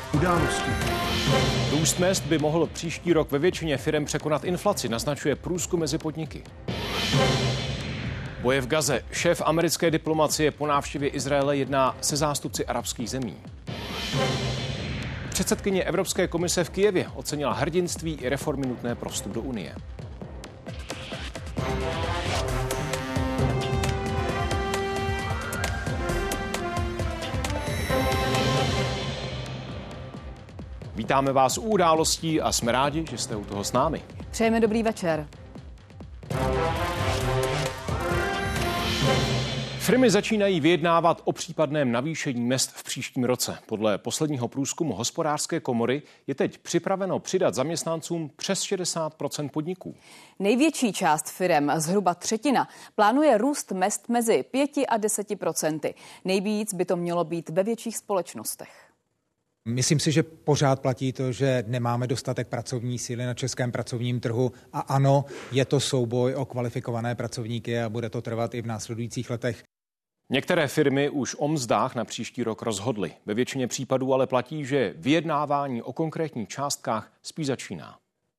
Události. Růst mezd by mohl příští rok ve většině firem překonat inflaci, naznačuje průzkum mezi podniky. Boje v Gaze. Šéf americké diplomacie po návštěvě Izraele jedná se zástupci arabských zemí. Předsedkyně Evropské komise v Kyjevě ocenila hrdinství i reformy nutné pro vstup do Unie. Vítáme vás u Událostí a jsme rádi, že jste u toho s námi. Přejeme dobrý večer. Firmy začínají vyjednávat o případném navýšení mezd v příštím roce. Podle posledního průzkumu Hospodářské komory je teď připraveno přidat zaměstnancům přes 60% podniků. Největší část firem, zhruba třetina, plánuje růst mezd mezi 5 a 10%. Nejvíc by to mělo být ve větších společnostech. Myslím si, že pořád platí to, že nemáme dostatek pracovní síly na českém pracovním trhu a ano, je to souboj o kvalifikované pracovníky a bude to trvat i v následujících letech. Některé firmy už o mzdách na příští rok rozhodly. Ve většině případů ale platí, že vyjednávání o konkrétních částkách spíš začíná.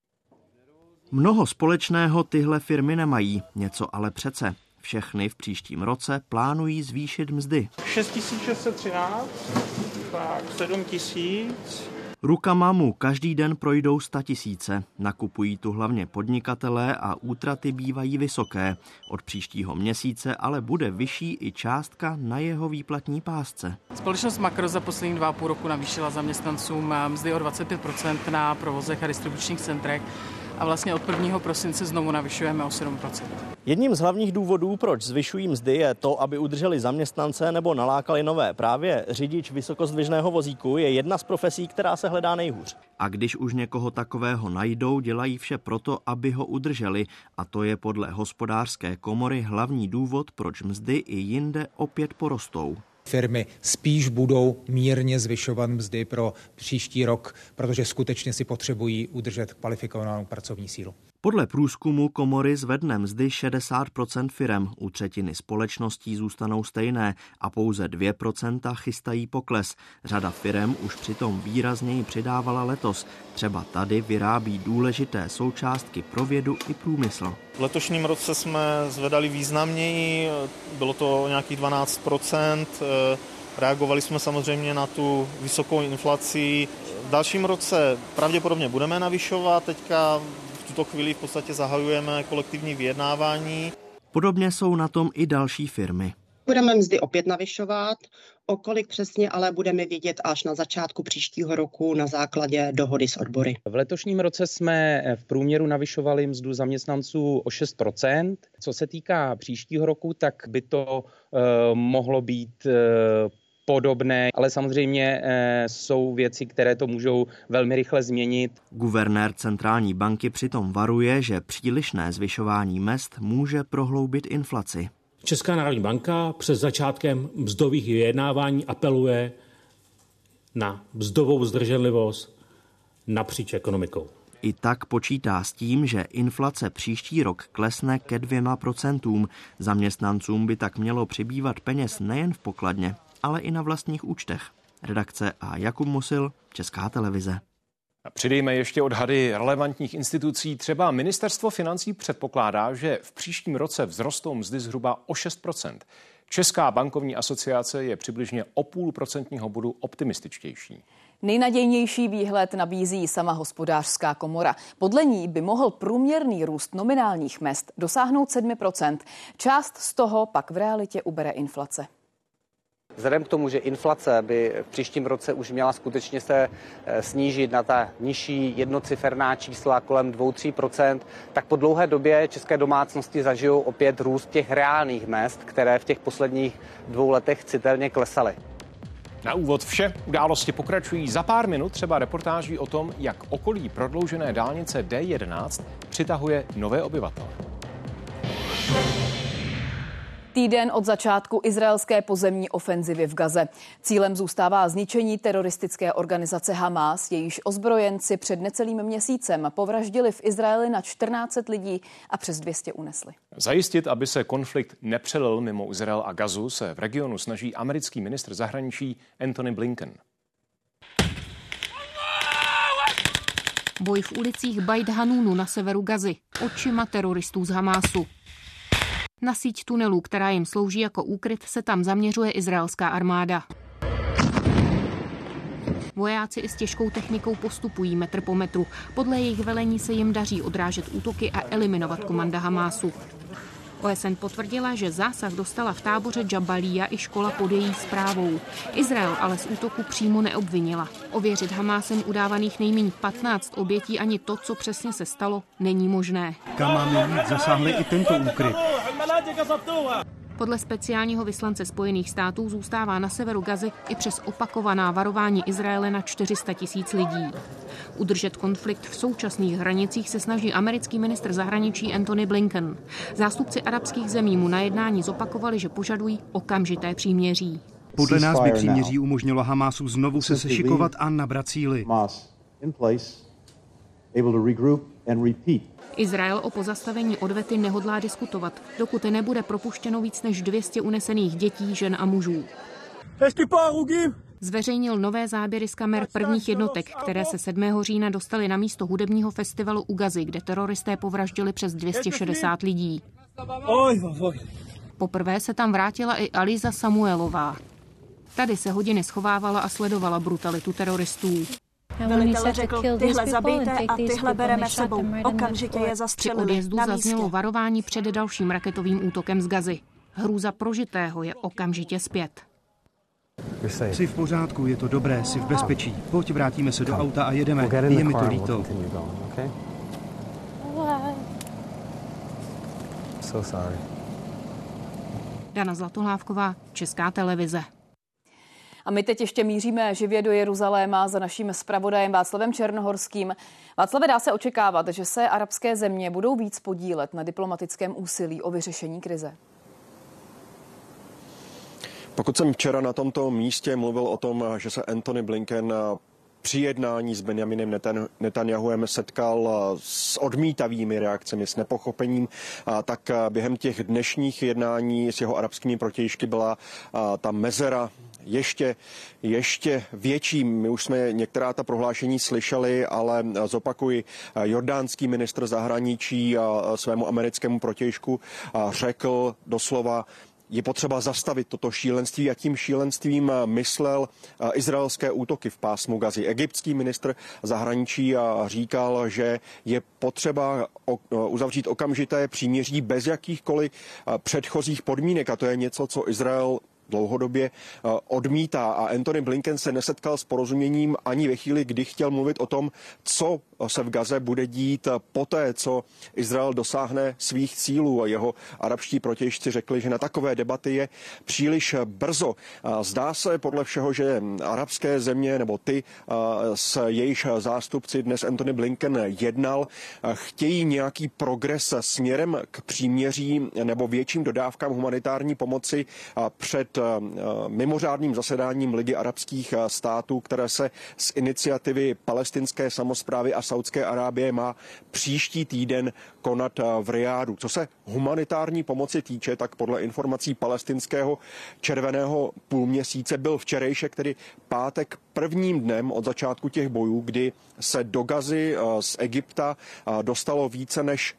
Mnoho společného tyhle firmy nemají, něco ale přece. Všechny v příštím roce plánují zvýšit mzdy. 6613, tak 7000. Rukama mu každý den projdou 100 000. Nakupují tu hlavně podnikatelé a útraty bývají vysoké. Od příštího měsíce ale bude vyšší i částka na jeho výplatní pásce. Společnost Makro za poslední 2,5 roku navýšila zaměstnancům mzdy o 25% na provozech a distribučních centrech a vlastně od 1. prosince znovu navyšujeme o 7%. Jedním z hlavních důvodů, proč zvyšují mzdy, je to, aby udrželi zaměstnance nebo nalákali nové. Právě řidič vysokozdvižného vozíku je jedna z profesí, která se hledá nejhůř. A když už někoho takového najdou, dělají vše proto, aby ho udrželi. A to je podle Hospodářské komory hlavní důvod, proč mzdy i jinde opět porostou. Firmy spíš budou mírně zvyšovat mzdy pro příští rok, protože skutečně si potřebují udržet kvalifikovanou pracovní sílu. Podle průzkumu komory zvedne mzdy 60% firem, u třetiny společností zůstanou stejné a pouze 2% chystají pokles. Řada firem už přitom výrazněji přidávala letos. Třeba tady vyrábí důležité součástky pro vědu i průmysl. V letošním roce jsme zvedali významněji, bylo to nějakých 12%. Reagovali jsme samozřejmě na tu vysokou inflaci. V dalším roce pravděpodobně budeme navyšovat, teďka v tuto chvíli v podstatě zahajujeme kolektivní vyjednávání. Podobně jsou na tom i další firmy. Budeme mzdy opět navyšovat, o kolik přesně ale budeme vědět až na začátku příštího roku na základě dohody s odbory. V letošním roce jsme v průměru navyšovali mzdu zaměstnanců o 6%. Co se týká příštího roku, tak by to mohlo být podobné, ale samozřejmě jsou věci, které to můžou velmi rychle změnit. Guvernér centrální banky přitom varuje, že přílišné zvyšování mezd může prohloubit inflaci. Česká národní banka před začátkem mzdových vyjednávání apeluje na mzdovou zdrženlivost napříč ekonomikou. I tak počítá s tím, že inflace příští rok klesne ke 2%. Zaměstnancům by tak mělo přibývat peněz nejen v pokladně, ale i na vlastních účtech. Redakce a Jakub Musil, Česká televize. Přidejme ještě odhady relevantních institucí. Třeba Ministerstvo financí předpokládá, že v příštím roce vzrostou mzdy zhruba o 6%. Česká bankovní asociace je přibližně o 0,5% bodu optimističtější. Nejnadějnější výhled nabízí sama Hospodářská komora. Podle ní by mohl průměrný růst nominálních mezd dosáhnout 7%. Část z toho pak v realitě ubere inflace. Vzhledem k tomu, že inflace by v příštím roce už měla skutečně se snížit na ta nižší jednociferná čísla kolem 2-3%, tak po dlouhé době české domácnosti zažijou opět růst těch reálných mezd, které v těch posledních 2 letech citelně klesaly. Na úvod vše. Události pokračují za pár minut, třeba reportáží o tom, jak okolí prodloužené dálnice D11 přitahuje nové obyvatele. Týden od začátku izraelské pozemní ofenzivy v Gaze. Cílem zůstává zničení teroristické organizace Hamas, jejíž ozbrojenci před necelým měsícem povraždili v Izraeli na 1400 lidí a přes 200 unesli. Zajistit, aby se konflikt nepřelil mimo Izrael a Gazu, se v regionu snaží americký ministr zahraničí Antony Blinken. Boj v ulicích Beit Hanunu na severu Gazy očima teroristů z Hamásu. Na síť tunelů, která jim slouží jako úkryt, se tam zaměřuje izraelská armáda. Vojáci i s těžkou technikou postupují metr po metru. Podle jejich velení se jim daří odrážet útoky a eliminovat komanda Hamásu. OSN potvrdila, že zásah dostala v táboře Jabalija i škola pod její správou. Izrael ale z útoku přímo neobvinila. Ověřit Hamásem udávaných nejméně 15 obětí ani to, co přesně se stalo, není možné. Kam máme jít, zasáhli i tento úkryt. Podle speciálního vyslance Spojených států zůstává na severu Gazy i přes opakovaná varování Izraele na 400 000 lidí. Udržet konflikt v současných hranicích se snaží americký ministr zahraničí Antony Blinken. Zástupci arabských zemí mu na jednání zopakovali, že požadují okamžité příměří. Podle nás by příměří umožnilo Hamásu znovu se sešikovat a nabrat síly. Izrael o pozastavení odvety nehodlá diskutovat, dokud nebude propuštěno víc než 200 unesených dětí, žen a mužů. Zveřejnil nové záběry z kamer prvních jednotek, které se 7. října dostaly na místo hudebního festivalu u Gazy, kde teroristé povraždili přes 260 lidí. Poprvé se tam vrátila i Aliza Samuelová. Tady se hodiny schovávala a sledovala brutalitu teroristů. Velitel řekl, tyhle zabijte a tyhle bereme sebou. Okamžitě je zastřelili. Při odjezdu zaznělo varování před dalším raketovým útokem z Gazy. Hrůza prožitého je okamžitě zpět. Jsi v pořádku, je to dobré, jsi v bezpečí. Pojď, vrátíme se do auta a jedeme. Je mi to líto. Dana Zlatohlávková, Česká televize. A my teď ještě míříme živě do Jeruzaléma za naším zpravodajem Václavem Černohorským. Václave, dá se očekávat, že se arabské země budou víc podílet na diplomatickém úsilí o vyřešení krize? Pokud jsem včera na tomto místě mluvil o tom, že se Antony Blinken při jednání s Benjaminem Netanjahuem setkal s odmítavými reakcemi, s nepochopením, tak během těch dnešních jednání s jeho arabskými protějšky byla ta mezera ještě větší. My už jsme některá ta prohlášení slyšeli, ale zopakuji, jordánský ministr zahraničí svému americkému protějšku řekl doslova, je potřeba zastavit toto šílenství a tím šílenstvím myslel izraelské útoky v pásmu Gazy. Egyptský ministr zahraničí říkal, že je potřeba uzavřít okamžité příměří bez jakýchkoliv předchozích podmínek a to je něco, co Izrael dlouhodobě odmítá a Antony Blinken se nesetkal s porozuměním ani ve chvíli, kdy chtěl mluvit o tom, co se v Gaze bude dít poté, co Izrael dosáhne svých cílů. Jeho arabští protějšci řekli, že na takové debaty je příliš brzo. Zdá se podle všeho, že arabské země nebo ty, s jejichž zástupci dnes Antony Blinken jednal, chtějí nějaký progres směrem k příměří nebo větším dodávkám humanitární pomoci před mimořádným zasedáním Ligy arabských států, které se z iniciativy palestinské samosprávy a Saudské Arábie má příští týden konat v Rijádu. Co se humanitární pomoci týče, tak podle informací palestinského červeného půlměsíce byl včerejšek, tedy pátek, prvním dnem od začátku těch bojů, kdy se do Gazy z Egypta dostalo více než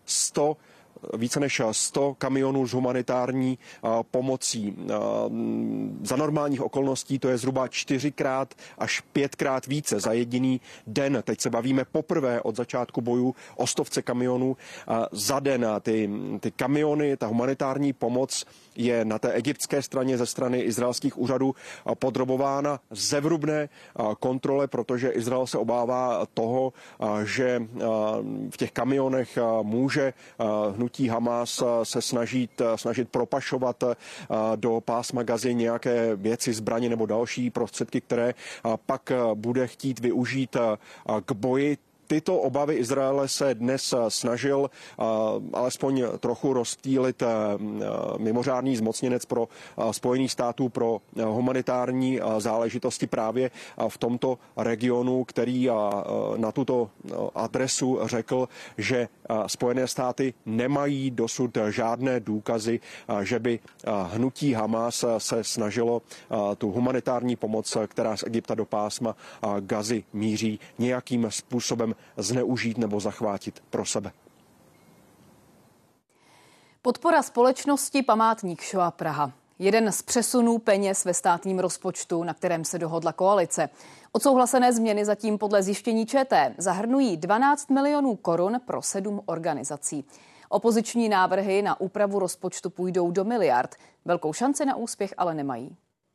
100 kamionů s humanitární pomocí. Za normálních okolností to je zhruba 4x až 5x více za jediný den. Teď se bavíme poprvé od začátku bojů o 100 kamionů za den. Ty kamiony, ta humanitární pomoc je na té egyptské straně ze strany izraelských úřadů podrobována zevrubné kontrole, protože Izrael se obává toho, že v těch kamionech může hnutí Hamas se snažit propašovat do pásma Gazy nějaké věci, zbraně nebo další prostředky, které pak bude chtít využít k boji. Tyto obavy Izraele se dnes snažil alespoň trochu rozptýlit mimořádný zmocněnec pro Spojených států pro humanitární záležitosti právě v tomto regionu, který na tuto adresu řekl, že Spojené státy nemají dosud žádné důkazy, že by hnutí Hamas se snažilo tu humanitární pomoc, která z Egypta do pásma Gazy míří, nějakým způsobem zneužít nebo zachvátit pro sebe. Podpora společnosti Památník Šoa Praha. Jeden z přesunů peněz ve státním rozpočtu, na kterém se dohodla koalice. Odsouhlasené změny zatím podle zjištění ČT zahrnují 12 milionů korun pro 7 organizací. Opoziční návrhy na úpravu rozpočtu půjdou do miliard. Velkou šanci na úspěch ale nemají.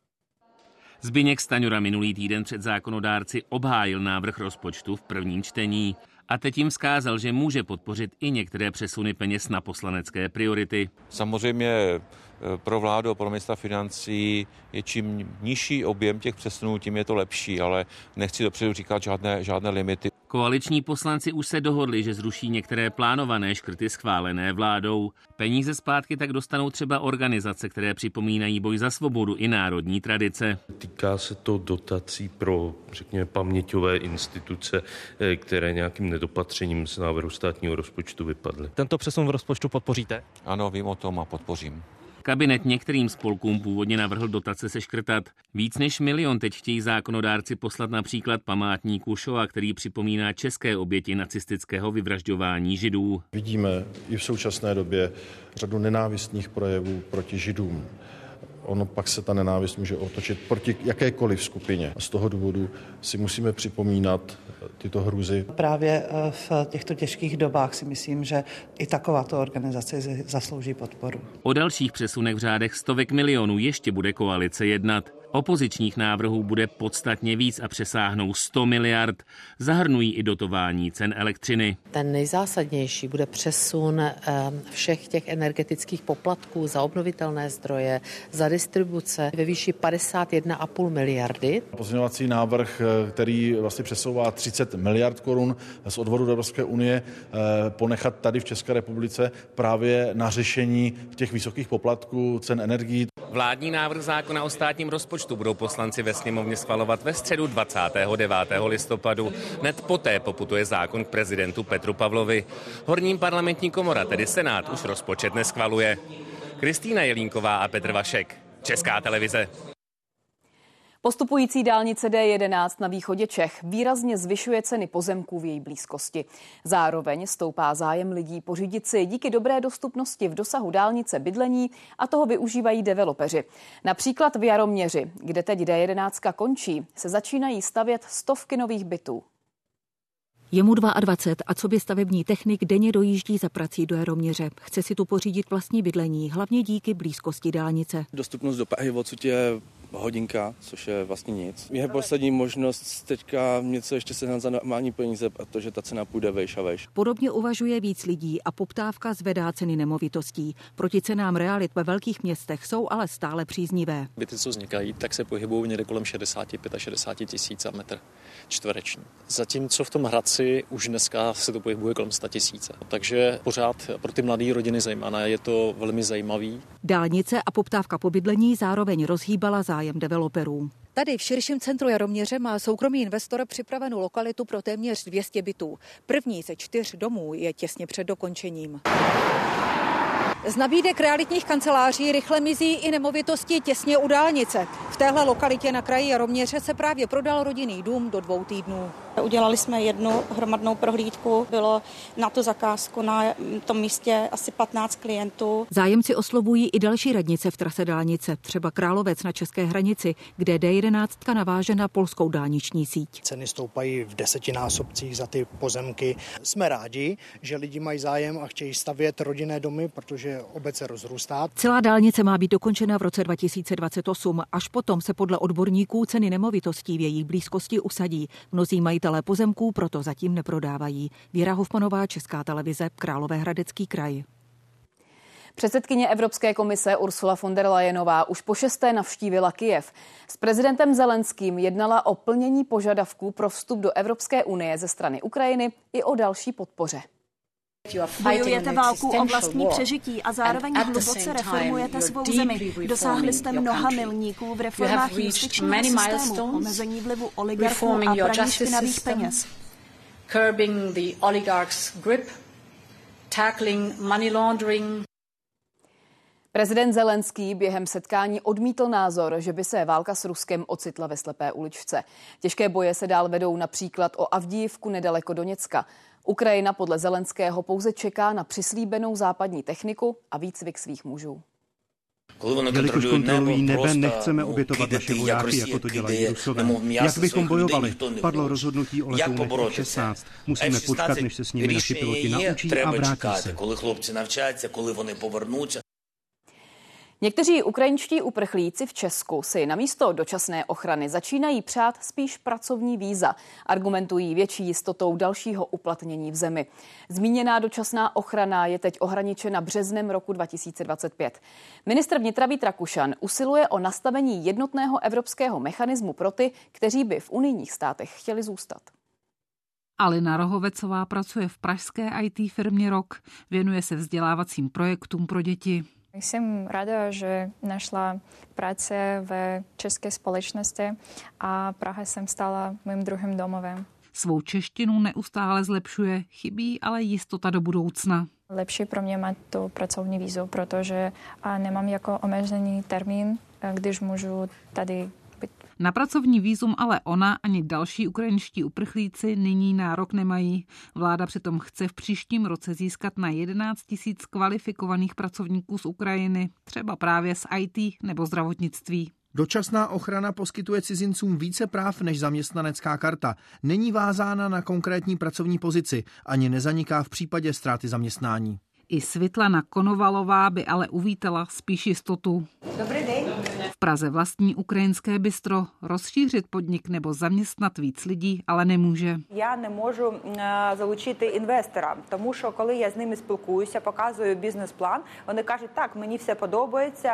Zbyněk Stanjura minulý týden před zákonodárci obhájil návrh rozpočtu v prvním čtení. A teď jim vzkázal, že může podpořit i některé přesuny peněz na poslanecké priority. Samozřejmě pro vládu a pro ministra financí je čím nižší objem těch přesunů, tím je to lepší, ale nechci dopředu říkat žádné limity. Koaliční poslanci už se dohodli, že zruší některé plánované škrty schválené vládou. Peníze zpátky tak dostanou třeba organizace, které připomínají boj za svobodu i národní tradice. Týká se to dotací pro, řekněme, paměťové instituce, které nějakým nedopatřením z návrhu státního rozpočtu vypadly. Tento přesun v rozpočtu podpoříte? Ano, vím o tom a podpořím. Kabinet některým spolkům původně navrhl dotace seškrtat. Víc než 1 milion teď chtějí zákonodárci poslat například památníku Šoa, který připomíná české oběti nacistického vyvražďování Židů. Vidíme i v současné době řadu nenávistných projevů proti Židům. Ono pak se ta nenávist může otočit proti jakékoliv skupině. A z toho důvodu si musíme připomínat tyto hrůzy. Právě v těchto těžkých dobách si myslím, že i takováto organizace zaslouží podporu. O dalších přesunech v řádech stovek milionů ještě bude koalice jednat. Opozičních návrhů bude podstatně víc a přesáhnou 100 miliard. Zahrnují i dotování cen elektřiny. Ten nejzásadnější bude přesun všech těch energetických poplatků za obnovitelné zdroje, za distribuce ve výši 51,5 miliardy. Pozměňovací návrh, který vlastně přesouvá 30 miliard korun z odvodu do Evropské unie, ponechat tady v České republice právě na řešení těch vysokých poplatků cen energií. Vládní návrh zákona o státním rozpočtu budou poslanci ve sněmovně schvalovat ve středu 29. listopadu. Hned poté poputuje zákon k prezidentu Petru Pavlovi. Horní parlamentní komora, tedy Senát, už rozpočet neschvaluje. Kristýna Jelínková a Petr Vašek, Česká televize. Postupující dálnice D11 na východě Čech výrazně zvyšuje ceny pozemků v její blízkosti. Zároveň stoupá zájem lidí pořídit si díky dobré dostupnosti v dosahu dálnice bydlení a toho využívají developeři. Například v Jaroměři, kde teď D11 končí, se začínají stavět stovky nových bytů. Je mu 22 a coby stavební technik denně dojíždí za prací do Jaroměře. Chce si tu pořídit vlastní bydlení, hlavně díky blízkosti dálnice. Dostupnost do Prahy odsud je hodinka, což je vlastně nic. Je poslední možnost teďka něco ještě sehnat za normální peníze, protože ta cena půjde vejš a vejš. Podobně uvažuje víc lidí a poptávka zvedá ceny nemovitostí. Proti cenám realit ve velkých městech jsou ale stále příznivé. Byty, co vznikají, tak se pohybují někde kolem 65 tisíc za metr čtvereční. Zatímco v tom Hradci už dneska se to pohybuje kolem 100 tisíc. Takže pořád pro ty mladé rodiny zejména je to velmi zajímavý. Dálnice a poptávka po bydlení zároveň rozhýbala zájem developerů. Tady v širším centru Jaroměře má soukromý investor připravenou lokalitu pro téměř 200 bytů. První ze 4 domů je těsně před dokončením. Z nabídek realitních kanceláří rychle mizí i nemovitosti těsně u dálnice. V téhle lokalitě na kraji Jaroměře se právě prodal rodinný dům do 2 týdnů. Udělali jsme jednu hromadnou prohlídku, bylo na tu zakázku na tom místě asi 15 klientů. Zájemci oslovují i další radnice v trase dálnice, třeba Královec na české hranici, kde D11 naváže na polskou dálniční síť. Ceny stoupají v 10násobcích za ty pozemky. Jsme rádi, že lidi mají zájem a chtějí stavět rodinné domy, protože obec se rozrůstá. Celá dálnice má být dokončena v roce 2028. Až potom se podle odborníků ceny nemovitostí v její blízkosti usadí. Mnozí majitelé pozemků proto zatím neprodávají. Věra Hofmanová, Česká televize, Královéhradecký kraj. Předsedkyně Evropské komise Ursula von der Leyenová už po 6. navštívila Kyjev. S prezidentem Zelenským jednala o plnění požadavků pro vstup do Evropské unie ze strany Ukrajiny i o další podpoře. Bojujete válku o vlastní přežití a zároveň hluboce reformujete svou zemi. Dosáhli jste mnoha milníků v reformách justičního systému, omezení vlivu oligarchů a praní špinavých peněz. Curbing the oligarchs' grip, tackling money laundering. Prezident Zelenský během setkání odmítl názor, že by se válka s Ruskem ocitla ve slepé uličce. Těžké boje se dál vedou například o Avdijivku nedaleko Doněcka. Ukrajina podle Zelenského pouze čeká na přislíbenou západní techniku a výcvik svých mužů. Jelikož kontrolují nebe, nechceme obětovat naše vojáky, jako to dělají Rusové. Jak bychom bojovali? Padlo rozhodnutí o letounech F-16. Musíme počkat, než se s nimi naši piloti naučí a vrátí se. Někteří ukrajinští uprchlíci v Česku si namísto dočasné ochrany začínají přát spíš pracovní víza. Argumentují větší jistotou dalšího uplatnění v zemi. Zmíněná dočasná ochrana je teď ohraničena březnem roku 2025. Ministr vnitra Vít Rakušan usiluje o nastavení jednotného evropského mechanismu pro ty, kteří by v unijních státech chtěli zůstat. Alina Rohovecová pracuje v pražské IT firmě ROK. Věnuje se vzdělávacím projektům pro děti. Jsem ráda, že našla práce v české společnosti a Praha jsem stala mým druhým domovem. Svou češtinu neustále zlepšuje, chybí ale jistota do budoucna. Lepší pro mě mít tu pracovní vízu, protože nemám jako omezený termín, když můžu tady být. Na pracovní vízum ale ona ani další ukrajinští uprchlíci nyní nárok nemají. Vláda přitom chce v příštím roce získat na 11 000 kvalifikovaných pracovníků z Ukrajiny, třeba právě z IT nebo zdravotnictví. Dočasná ochrana poskytuje cizincům více práv než zaměstnanecká karta. Není vázána na konkrétní pracovní pozici, ani nezaniká v případě ztráty zaměstnání. I Svitlana Konovalová by ale uvítala spíš jistotu. Dobrý den. V Praze vlastní ukrajinské bistro, rozšířit podnik nebo zaměstnat víc lidí ale nemůže. Já nemůžu залучit investora, тому що коли я з ними спілкуюся, показую бізнес-план, вони кажуть, так, мені все подобається,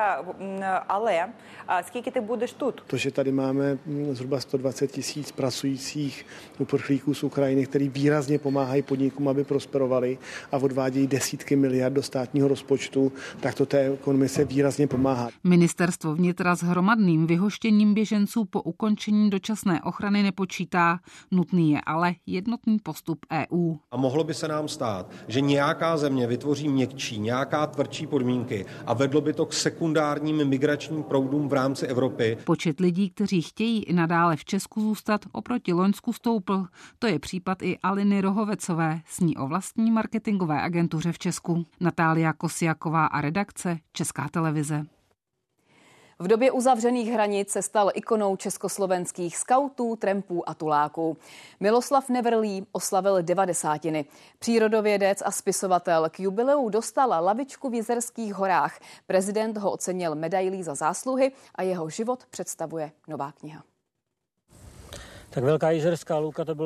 але скільки ти будеш тут? To, že tady máme zhruba 120 000 pracujících uprchlíků z Ukrajiny, který výrazně pomáhají podnikům, aby prosperovali a odvádějí desítky miliard do státního rozpočtu, tak to té ekonomice výrazně pomáhá. Ministerstvo vnitra s hromadným vyhoštěním běženců po ukončení dočasné ochrany nepočítá. Nutný je ale jednotný postup EU. A mohlo by se nám stát, že nějaká země vytvoří měkčí, nějaká tvrdší podmínky a vedlo by to k sekundárním migračním proudům v rámci Evropy. Počet lidí, kteří chtějí i nadále v Česku zůstat, oproti loňsku stoupl. To je případ i Aliny Rohovecové, s ní o vlastní marketingové agentuře v Česku. Natália Kosiaková a redakce Česká televize. V době uzavřených hranic se stal ikonou československých skautů, trampů a tuláků. Miloslav Neverlí oslavil 90. Přírodovědec a spisovatel k jubileu dostal lavičku v Jizerských horách. Prezident ho ocenil medailí za zásluhy a jeho život představuje nová kniha. Tak Velká Jizerská louka to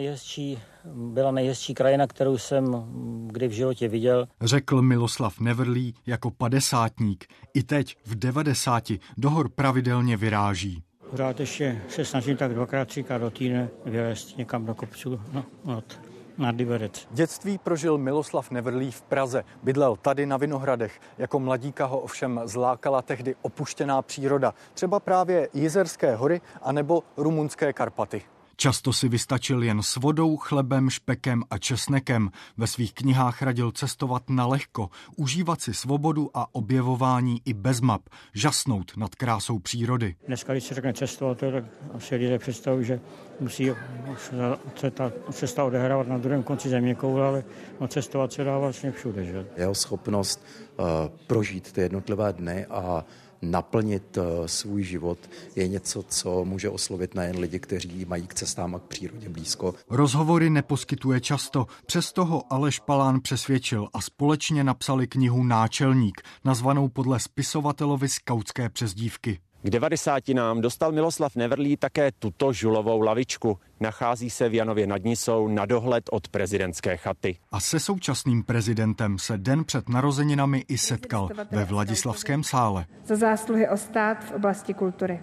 byla nejhezčí krajina, kterou jsem kdy v životě viděl. Řekl Miloslav Neverlí jako padesátník. I teď v 90 do hor pravidelně vyráží. Pořád ještě se snažím tak 2x, 3x do týdne vylézt někam do kopců na Liberec. Dětství prožil Miloslav Neverlí v Praze. Bydlel tady na Vinohradech. Jako mladíka ho ovšem zlákala tehdy opuštěná příroda. Třeba právě Jizerské hory anebo rumunské Karpaty. Často si vystačil jen s vodou, chlebem, špekem a česnekem. Ve svých knihách radil cestovat na lehko, užívat si svobodu a objevování i bez map, žasnout nad krásou přírody. Dneska, když se řekne cestovat, tak asi lidé představují, že musí se ta cesta odehrávat na druhém konci zeměkoule, ale cestovat se dá vlastně všude. Že? Jeho schopnost prožít ty jednotlivé dny a naplnit svůj život je něco, co může oslovit nejen lidi, kteří mají k cestám a k přírodě blízko. Rozhovory neposkytuje často, přesto ho Aleš Palán přesvědčil a společně napsali knihu Náčelník, nazvanou podle spisovatelovy skautské přezdívky. K 90 dostal Miloslav Neverlí také tuto žulovou lavičku. Nachází se v Janově nad Nisou na dohled od prezidentské chaty. A se současným prezidentem se den před narozeninami i setkal ve Vladislavském sále. Za zásluhy o stát v oblasti kultury.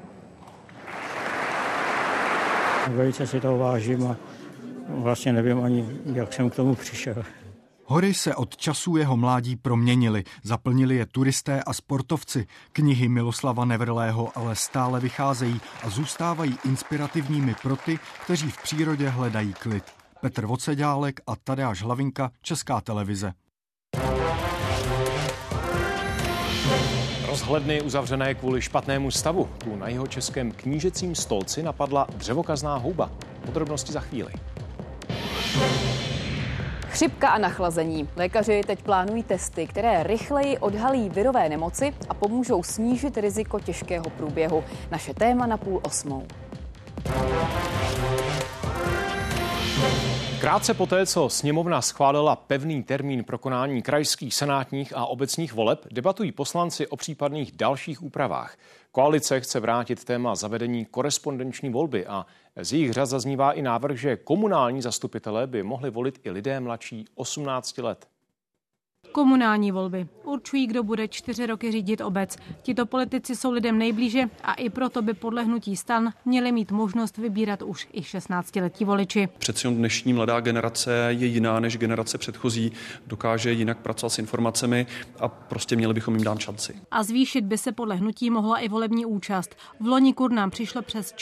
Velice si toho vážím a vlastně nevím ani, jak jsem k tomu přišel. Hory se od časů jeho mládí proměnily, zaplnili je turisté a sportovci. Knihy Miloslava Neverlého ale stále vycházejí a zůstávají inspirativními pro ty, kteří v přírodě hledají klid. Petr Voceďálek a Tadeáš Hlavinka, Česká televize. rozhledny uzavřené kvůli špatnému stavu. Tu na jihočeském Knížecím Stolci napadla dřevokazná houba. Podrobnosti za chvíli. Chřipka a nachlazení. Lékaři teď plánují testy, které rychleji odhalí virové nemoci a pomůžou snížit riziko těžkého průběhu. Naše téma na 7:30. Krátce poté, co sněmovna schválila pevný termín pro konání krajských, senátních a obecních voleb, debatují poslanci o případných dalších úpravách. Koalice chce vrátit téma zavedení korespondenční volby a z jejich řad zaznívá i návrh, že komunální zastupitelé by mohli volit i lidé mladší 18 let. Komunální volby určují, kdo bude 4 roky řídit obec. Tito politici jsou lidem nejblíže a i proto by podle hnutí STAN měli mít možnost vybírat už i 16letí voliči. Přeci jen dnešní mladá generace je jiná než generace předchozí, dokáže jinak pracovat s informacemi a prostě měli bychom jim dát šanci. A zvýšit by se podle hnutí mohla i volební účast. V loni k urnám přišlo přes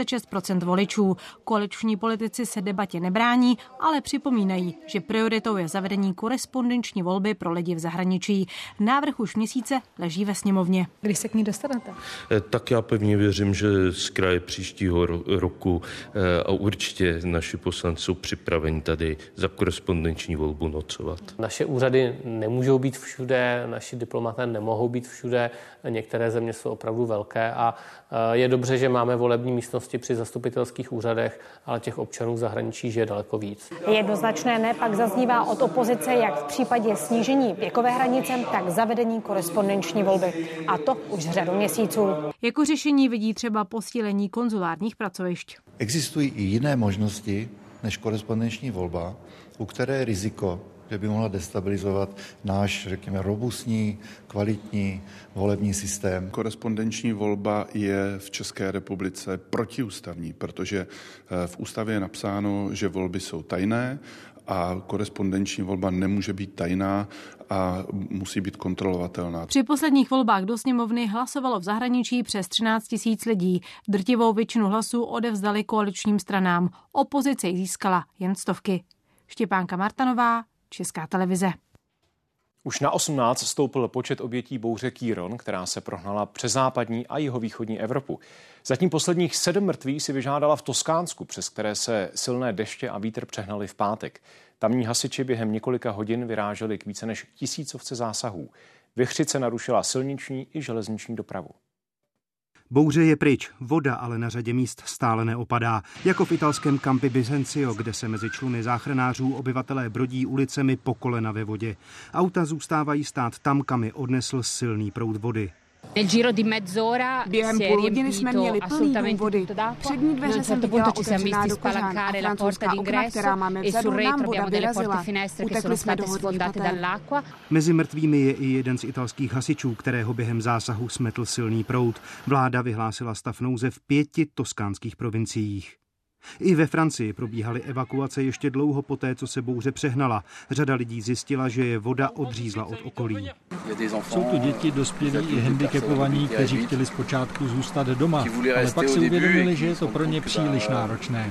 46% voličů. Koaliční politici se debatě nebrání, ale připomínají, že prioritou je zavedení korespondenční volby pro lidi v zahraničí. Návrh už měsíce leží ve sněmovně. Kdy se k ní dostanete? Tak já pevně věřím, že z kraje příštího roku a určitě naši poslanci jsou připraveni tady za korespondenční volbu nocovat. Naše úřady nemůžou být všude, naši diplomaté nemohou být všude, některé země jsou opravdu velké a je dobře, že máme volební místnosti při zastupitelských úřadech, ale těch občanů v zahraničí žije daleko víc. Jednoznačné ne pak zaznívá od opozice jak v případě snížení věkové hranice, tak zavedení korespondenční volby. A to už řadu měsíců. Jako řešení vidí třeba posílení konzulárních pracovišť. Existují i jiné možnosti než korespondenční volba, u které je riziko, že by mohla destabilizovat náš, řekněme, robustní, kvalitní volební systém. Korespondenční volba je v České republice protiústavní, protože v ústavě je napsáno, že volby jsou tajné a korespondenční volba nemůže být tajná a musí být kontrolovatelná. Při posledních volbách do sněmovny hlasovalo v zahraničí přes 13 000 lidí. Drtivou většinu hlasů odevzdali koaličním stranám. Opozice jich získala jen stovky. Štěpánka Martanová, Česká televize. Už na 18 stoupil počet obětí bouře Kyron, která se prohnala přes západní a jihovýchodní Evropu. Zatím posledních 7 mrtvých si vyžádala v Toskánsku, přes které se silné deště a vítr přehnaly v pátek. Tamní hasiči během několika hodin vyráželi k více než 1000 zásahů. Vichřice narušila silniční i železniční dopravu. Bouře je pryč, voda ale na řadě míst stále neopadá. Jako v italském Campi Bisenzio, kde se mezi čluny záchranářů obyvatelé brodí ulicemi po kolena ve vodě. Auta zůstávají stát tam, kam je odnesl silný proud vody. Během půl hodiny jsme měli plný dům vody. Přední dveře jsem viděla otevřená do kořán a francouzská okna, která máme vzadu, nám voda vyrazila. Utekli jsme do horních pater. Mezi mrtvými je i jeden z italských hasičů, kterého během zásahu smetl silný proud. Vláda vyhlásila stav nouze v 5 toskánských provinciích. I ve Francii probíhaly evakuace ještě dlouho poté, co se bouře přehnala. Řada lidí zjistila, že je voda odřízla od okolí. Jsou tu děti, dospělí i handicapovaní, kteří chtěli zpočátku zůstat doma, ale pak si uvědomili, že je to pro ně příliš náročné.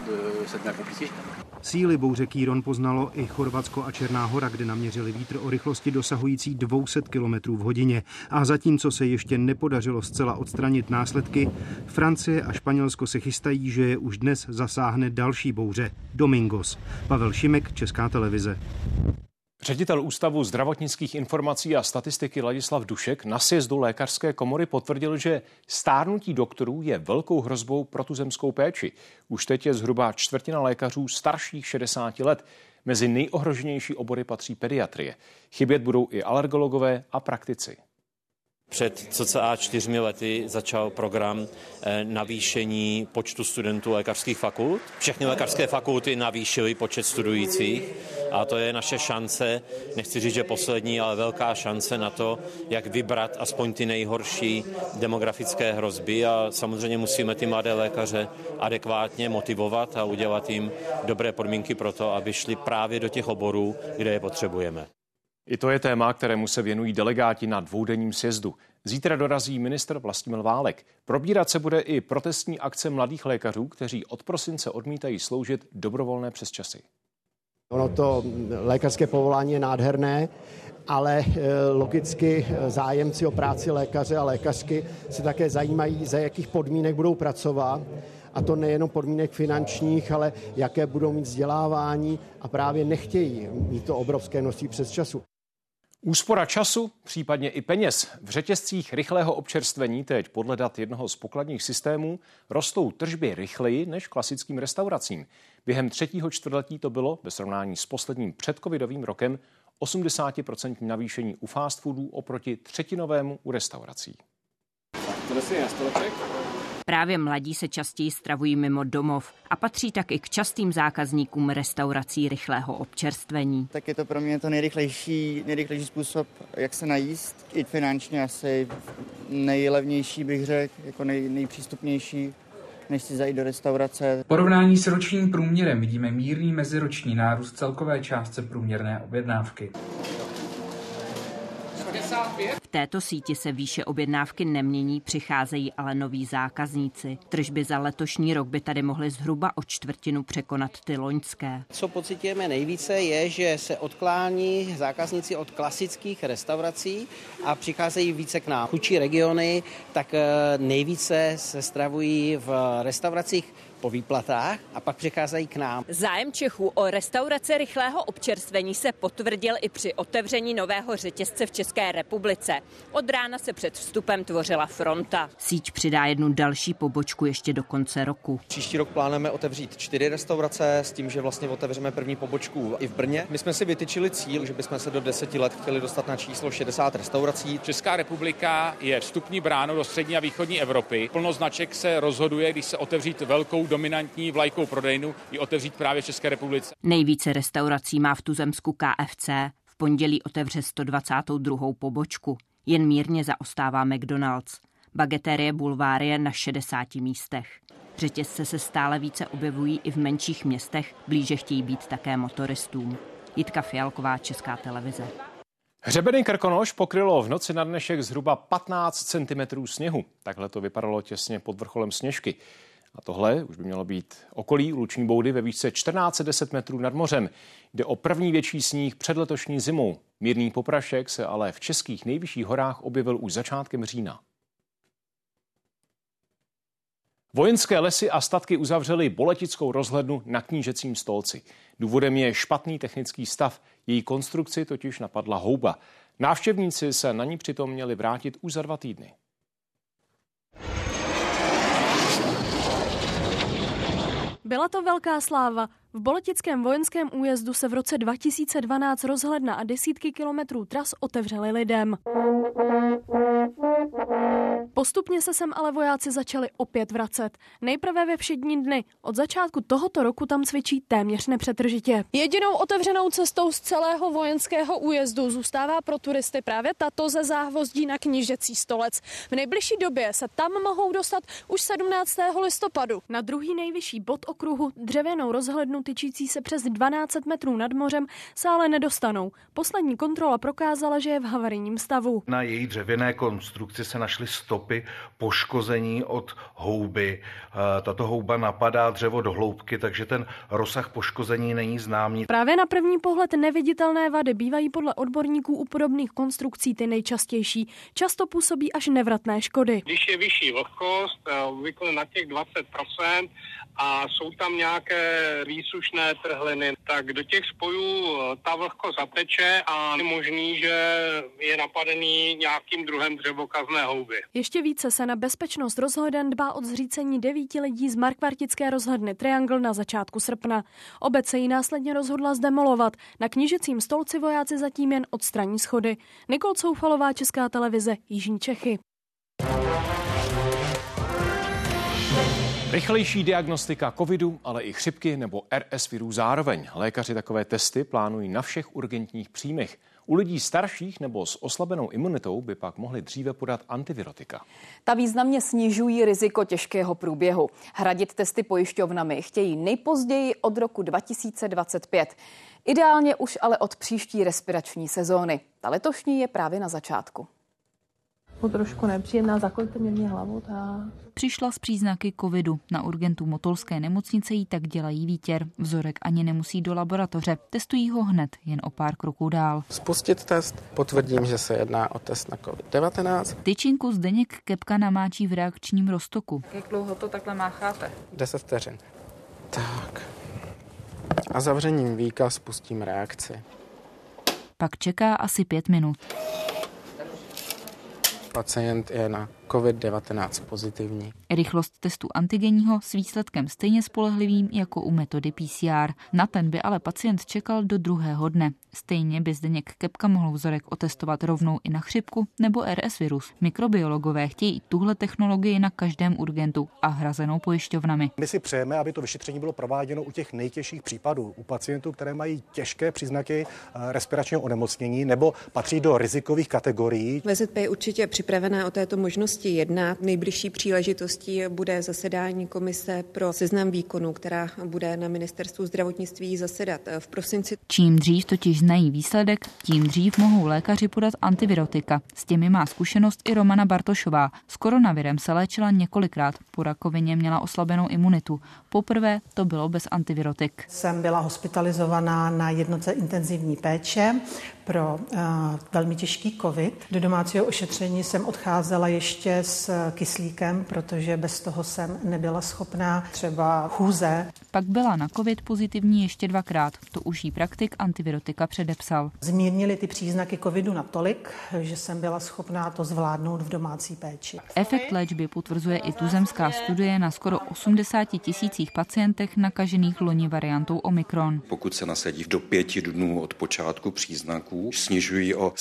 Síly bouře Kyron poznalo i Chorvatsko a Černá Hora, kde naměřili vítr o rychlosti dosahující 200 km v hodině. A zatímco se ještě nepodařilo zcela odstranit následky, Francie a Španělsko se chystají, že je už dnes zasáhne další bouře, Domingos. Pavel Šimek, Česká televize. Ředitel Ústavu zdravotnických informací a statistiky Ladislav Dušek na sjezdu lékařské komory potvrdil, že stárnutí doktorů je velkou hrozbou pro tuzemskou péči. Už teď je zhruba 1/4 lékařů starších 60 let. Mezi nejohroženější obory patří pediatrie. Chybět budou i alergologové a praktici. Před cca 4 lety začal program navýšení počtu studentů lékařských fakult. Všechny lékařské fakulty navýšily počet studujících a to je naše šance, nechci říct, že poslední, ale velká šance na to, jak vybrat aspoň ty nejhorší demografické hrozby a samozřejmě musíme ty mladé lékaře adekvátně motivovat a udělat jim dobré podmínky pro to, aby šli právě do těch oborů, kde je potřebujeme. I to je téma, kterému se věnují delegáti na dvoudenním sjezdu. Zítra dorazí ministr Vlastimil Válek. Probírat se bude i protestní akce mladých lékařů, kteří od prosince odmítají sloužit dobrovolné přesčasy. Ono to lékařské povolání je nádherné ale logicky zájemci o práci lékaře a lékařky se také zajímají, za jakých podmínek budou pracovat. A to nejenom podmínek finančních, ale jaké budou mít vzdělávání a právě nechtějí mít to obrovské množství přesčasu. Úspora času, případně i peněz. V řetězcích rychlého občerstvení teď podle dat jednoho z pokladních systémů rostou tržby rychleji než klasickým restauracím. Během 3. čtvrtletí to bylo, ve srovnání s posledním předcovidovým rokem, 80% navýšení u fast foodů oproti třetinovému u restaurací. Právě mladí se častěji stravují mimo domov a patří tak i k častým zákazníkům restaurací rychlého občerstvení. Tak je to pro mě to nejrychlejší způsob, jak se najíst. I finančně asi nejlevnější, bych řekl, jako nejpřístupnější, než si zajít do restaurace. V porovnání s ročním průměrem vidíme mírný meziroční nárůst celkové částce průměrné objednávky. V této síti se výše objednávky nemění, přicházejí ale noví zákazníci. Tržby za letošní rok by tady mohly zhruba o čtvrtinu překonat ty loňské. Co pociťujeme nejvíce je, že se odklání zákazníci od klasických restaurací a přicházejí více k nám. Chudší regiony tak nejvíce se stravují v restauracích po výplatách a pak přicházejí k nám. Zájem Čechů o restaurace rychlého občerstvení se potvrdil i při otevření nového řetězce v České republice. Od rána se před vstupem tvořila fronta. Síť přidá jednu další pobočku ještě do konce roku. Příští rok plánujeme otevřít 4 restaurace s tím, že vlastně otevřeme první pobočku i v Brně. My jsme si vytyčili cíl, že bychom se do 10 let chtěli dostat na číslo 60 restaurací. Česká republika je vstupní bránou do střední a východní Evropy. Plno značek se rozhoduje, když se otevřít velkou dominantní vlajkou prodejnu, ji otevřít právě v České republice. Nejvíce restaurací má v tuzemsku KFC. V pondělí otevře 122. pobočku. Jen mírně zaostává McDonald's. Bageterie Bulvár je na 60 místech. Řetězce se stále více objevují i v menších městech, blíže chtějí být také motoristům. Jitka Fialková, Česká televize. Hřebeny Krkonoš pokrylo v noci na dnešek zhruba 15 cm sněhu. Takhle to vypadalo těsně pod vrcholem Sněžky. A tohle už by mělo být okolí Luční boudy ve výšce 1410 metrů nad mořem. Jde o první větší sníh před letošní zimou. Mírný poprašek se ale v českých nejvyšších horách objevil už začátkem října. Vojenské lesy a statky uzavřely Boletickou rozhlednu na Knížecím Stolci. Důvodem je špatný technický stav. Její konstrukci totiž napadla houba. Návštěvníci se na ní přitom měli vrátit už za 2 týdny. Byla to velká sláva. V Boletickém vojenském újezdu se v roce 2012 rozhledna a desítky kilometrů tras otevřely lidem. Postupně se sem ale vojáci začali opět vracet. Nejprve ve všední dny. Od začátku tohoto roku tam cvičí téměř nepřetržitě. Jedinou otevřenou cestou z celého vojenského újezdu zůstává pro turisty právě tato ze Záhvozdí na Knížecí Stolec. V nejbližší době se tam mohou dostat už 17. listopadu. Na druhý nejvyšší bod okruhu, dřevěnou rozhlednu tyčící se přes 12 metrů nad mořem, se ale nedostanou. Poslední kontrola prokázala, že je v havarijním stavu. Na její dřevěné konstrukci se našly stopy poškození od houby. Tato houba napadá dřevo do hloubky, takže ten rozsah poškození není známý. Právě na první pohled neviditelné vady bývají podle odborníků u podobných konstrukcí ty nejčastější. Často působí až nevratné škody. Když je vyšší vlhkost, obvykle na těch 20%, a jsou tam nějaké výsušné trhliny, tak do těch spojů ta vlhkost zateče a je možný, že je napadený nějakým druhem dřevokazné houby. Ještě více se na bezpečnost rozhleden dbá od zřícení 9 lidí z markvartické rozhledny Triangle na začátku srpna. Obec se jí následně rozhodla zdemolovat. Na Knížecím Stolci vojáci zatím jen odstraní schody. Nikol Coufalová, Česká televize, Jižní Čechy. Rychlejší diagnostika covidu, ale i chřipky nebo RS virů zároveň. Lékaři takové testy plánují na všech urgentních příjmech. U lidí starších nebo s oslabenou imunitou by pak mohli dříve podat antivirotika. Ta významně snižují riziko těžkého průběhu. Hradit testy pojišťovnami chtějí nejpozději od roku 2025. Ideálně už ale od příští respirační sezóny. Ta letošní je právě na začátku. Trošku nepříjemná, zakolte mě hlavu. Přišla s příznaky covidu. Na urgentu Motolské nemocnice jí tak dělají výtěr. Vzorek ani nemusí do laboratoře. Testují ho hned, jen o pár kroků dál. Spustit test, potvrdím, že se jedná o test na COVID-19. Tyčinku Zdeněk Kepka namáčí v reakčním roztoku. Jak dlouho to takhle mácháte? 10 vteřin. Tak. A zavřením víka spustím reakci. Pak čeká asi 5 minut. Pacient je na COVID-19 pozitivní. Rychlost testu antigenního s výsledkem stejně spolehlivým jako u metody PCR. Na ten by ale pacient čekal do druhého dne. Stejně by Zdeněk Kepka mohl vzorek otestovat rovnou i na chřipku nebo RS virus. Mikrobiologové chtějí tuhle technologii na každém urgentu a hrazenou pojišťovnami. My si přejeme, aby to vyšetření bylo prováděno u těch nejtěžších případů, u pacientů, které mají těžké příznaky respiračního onemocnění nebo patří do rizikových kategorií. VZP je určitě připravená o této možnosti jednat. Nejbližší příležitostí bude zasedání komise pro seznam výkonů, která bude na ministerstvu zdravotnictví zasedat v prosinci. Čím dřív totiž znají výsledek, tím dřív mohou lékaři podat antivirotika. S těmi má zkušenost i Romana Bartošová. S koronavirem se léčila několikrát. Po rakovině měla oslabenou imunitu. Poprvé to bylo bez antivirotik. Jsem byla hospitalizovaná na jednotce intenzivní péče pro velmi těžký covid. Do domácího ošetření jsem odcházela ještě s kyslíkem, protože bez toho jsem nebyla schopná třeba chůze. Pak byla na covid pozitivní ještě 2krát. To už jí praktik antivirotika předepsal. Zmírnili ty příznaky covidu natolik, že jsem byla schopná to zvládnout v domácí péči. Efekt léčby potvrzuje i tuzemská studie na skoro 80 000 pacientech nakažených loni variantou Omikron. Pokud se nasadí do 5 dnů od počátku příznaků, snižují o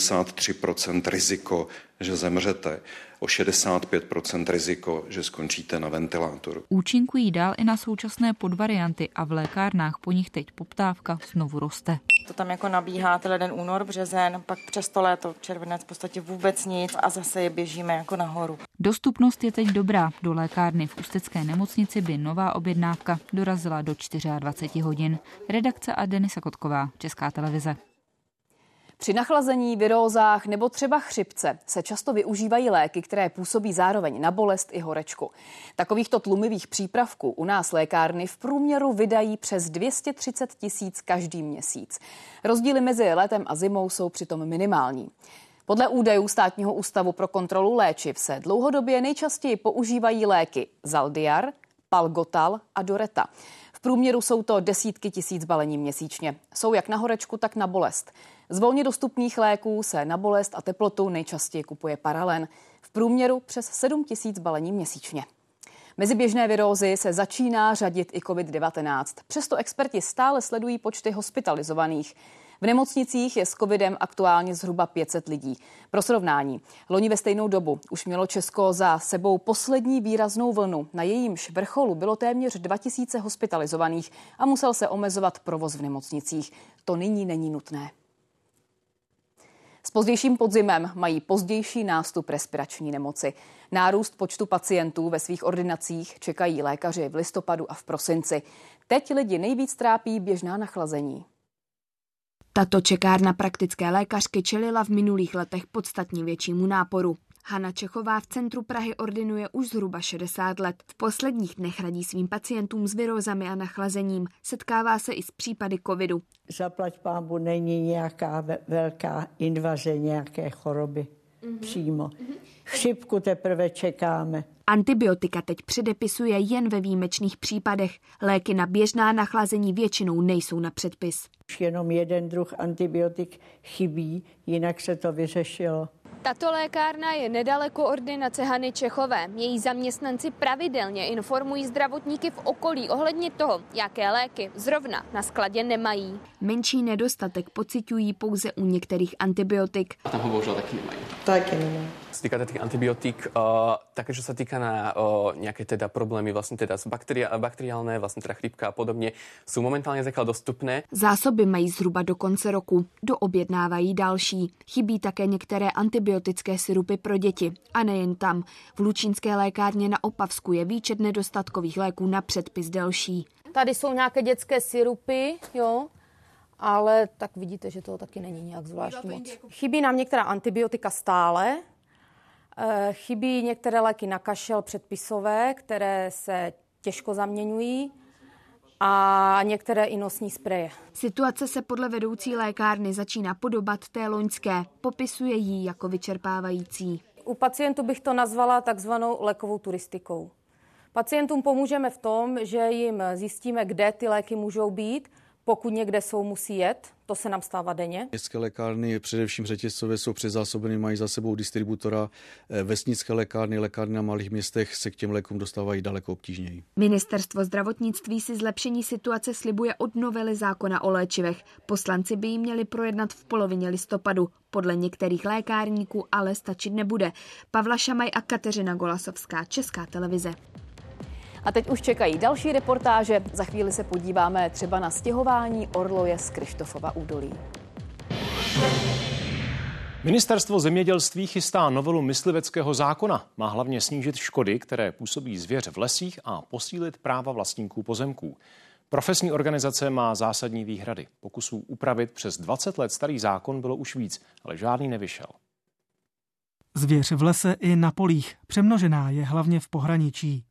73% riziko, že zemřete, o 65% riziko, že skončíte na ventilátoru. Účinkují dál i na současné podvarianty a v lékárnách po nich teď poptávka znovu roste. To tam jako nabíhá leden, únor, březen, pak přes to léto, červenec v podstatě vůbec nic a zase je běžíme jako nahoru. Dostupnost je teď dobrá. Do lékárny v Ústecké nemocnici by nová objednávka dorazila do 24 hodin. Redakce a Denisa Kotková, Česká televize. Při nachlazení, virózách nebo třeba chřipce se často využívají léky, které působí zároveň na bolest i horečku. Takovýchto tlumivých přípravků u nás lékárny v průměru vydají přes 230 000 každý měsíc. Rozdíly mezi létem a zimou jsou přitom minimální. Podle údajů Státního ústavu pro kontrolu léčiv se dlouhodobě nejčastěji používají léky Zaldiar, Palgotal a Doreta. V průměru jsou to desítky tisíc balení měsíčně. Jsou jak na horečku, tak na bolest. Z volně dostupných léků se na bolest a teplotu nejčastěji kupuje Paralen. V průměru přes 7 000 balení měsíčně. Mezi běžné virózy se začíná řadit i COVID-19. Přesto experti stále sledují počty hospitalizovaných. V nemocnicích je s covidem aktuálně zhruba 500 lidí. Pro srovnání, loni ve stejnou dobu už mělo Česko za sebou poslední výraznou vlnu. Na jejímž vrcholu bylo téměř 2000 hospitalizovaných a musel se omezovat provoz v nemocnicích. To nyní není nutné. S pozdějším podzimem mají pozdější nástup respirační nemoci. Nárůst počtu pacientů ve svých ordinacích čekají lékaři v listopadu a v prosinci. Teď lidi nejvíc trápí běžná nachlazení. Tato čekárna praktické lékařky čelila v minulých letech podstatně většímu náporu. Hana Čechová v centru Prahy ordinuje už zhruba 60 let. V posledních dnech radí svým pacientům s virózami a nachlazením. Setkává se i s případy covidu. Zaplať pánbu, není nějaká velká invaze nějaké choroby přímo. Chřipku teprve čekáme. Antibiotika teď předepisuje jen ve výjimečných případech. Léky na běžná nachlazení většinou nejsou na předpis. Už jenom jeden druh antibiotik chybí, jinak se to vyřešilo. Tato lékárna je nedaleko ordinace Hany Čechové. Její zaměstnanci pravidelně informují zdravotníky v okolí ohledně toho, jaké léky zrovna na skladě nemají. Menší nedostatek pociťují pouze u některých antibiotik. A tam ho bohužel taky nemají. Taky nemají. Týka tých antibiotík, také, čo sa týka na nejaké teda problémy vlastne teda bakteriálne, vlastne teda chrípka a podobne, sú momentálne zatiaľ dostupné. Zásoby mají zhruba do konce roku. Doobjednávají další. Chybí také některé antibiotické sirupy pro děti. A nejen tam. V Lučínské lékárně na Opavsku je výčet nedostatkových léků na předpis delší. Tady jsou nějaké dětské sirupy, jo. Ale tak vidíte, že to taky není nějak zvláštní moc. Chybí nám některá antibiotika stále. Chybí některé léky na kašel předpisové, které se těžko zaměňují, a některé i nosní spreje. Situace se podle vedoucí lékárny začíná podobat té loňské. Popisuje ji jako vyčerpávající. U pacientů bych to nazvala takzvanou lékovou turistikou. Pacientům pomůžeme v tom, že jim zjistíme, kde ty léky můžou být. Pokud někde jsou, musí jet. To se nám stává denně. Městské lékárny, především řetězcové, jsou předzásobeny, mají za sebou distributora. Vesnické lékárny, lékárny na malých městech se k těm lékům dostávají daleko obtížněji. Ministerstvo zdravotnictví si zlepšení situace slibuje od novely zákona o léčivech. Poslanci by ji měli projednat v polovině listopadu. Podle některých lékárníků ale stačit nebude. Pavla Šamaj a Kateřina Golasovská, Česká televize. A teď už čekají další reportáže. Za chvíli se podíváme třeba na stěhování orloje z Krištofova údolí. Ministerstvo zemědělství chystá novelu mysliveckého zákona. Má hlavně snížit škody, které působí zvěř v lesích, a posílit práva vlastníků pozemků. Profesní organizace má zásadní výhrady. Pokusů upravit přes 20 let starý zákon bylo už víc, ale žádný nevyšel. Zvěř v lese i na polích. Přemnožená je hlavně v pohraničí.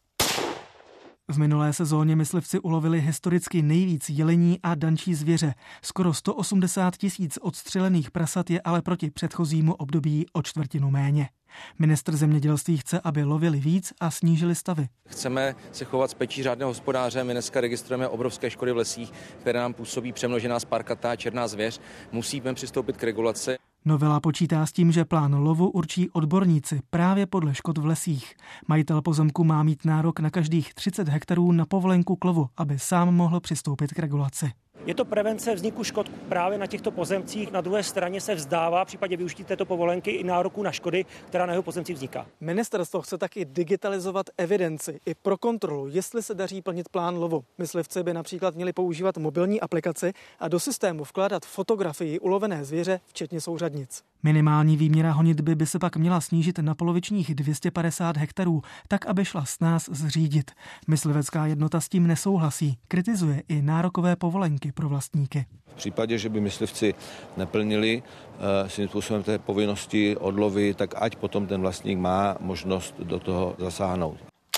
V minulé sezóně myslivci ulovili historicky nejvíc jelení a dančí zvěře. Skoro 180 000 odstřelených prasat je ale proti předchozímu období o čtvrtinu méně. Ministr zemědělství chce, aby lovili víc a snížili stavy. Chceme se chovat s péčí řádného hospodáře. My dneska registrujeme obrovské škody v lesích, které nám působí přemnožená spárkatá černá zvěř. Musíme přistoupit k regulaci. Novela počítá s tím, že plán lovu určí odborníci právě podle škod v lesích. Majitel pozemku má mít nárok na každých 30 hektarů na povolenku k lovu, aby sám mohl přistoupit k regulaci. Je to prevence vzniku škod právě na těchto pozemcích. Na druhé straně se vzdává v případě využití této povolenky i nároku na škody, která na jeho pozemcích vzniká. Ministerstvo chce taky digitalizovat evidenci i pro kontrolu, jestli se daří plnit plán lovu. Myslivci by například měli používat mobilní aplikaci a do systému vkládat fotografii ulovené zvěře, včetně souřadnic. Minimální výměra honitby by se pak měla snížit na polovičních 250 hektarů, tak aby šla snáz zřídit. Myslivecká jednota s tím nesouhlasí, kritizuje i nárokové povolenky pro vlastníky. V případě, že by myslivci neplnili svým způsobem té povinnosti odlovy, tak ať potom ten vlastník má možnost do toho zasáhnout.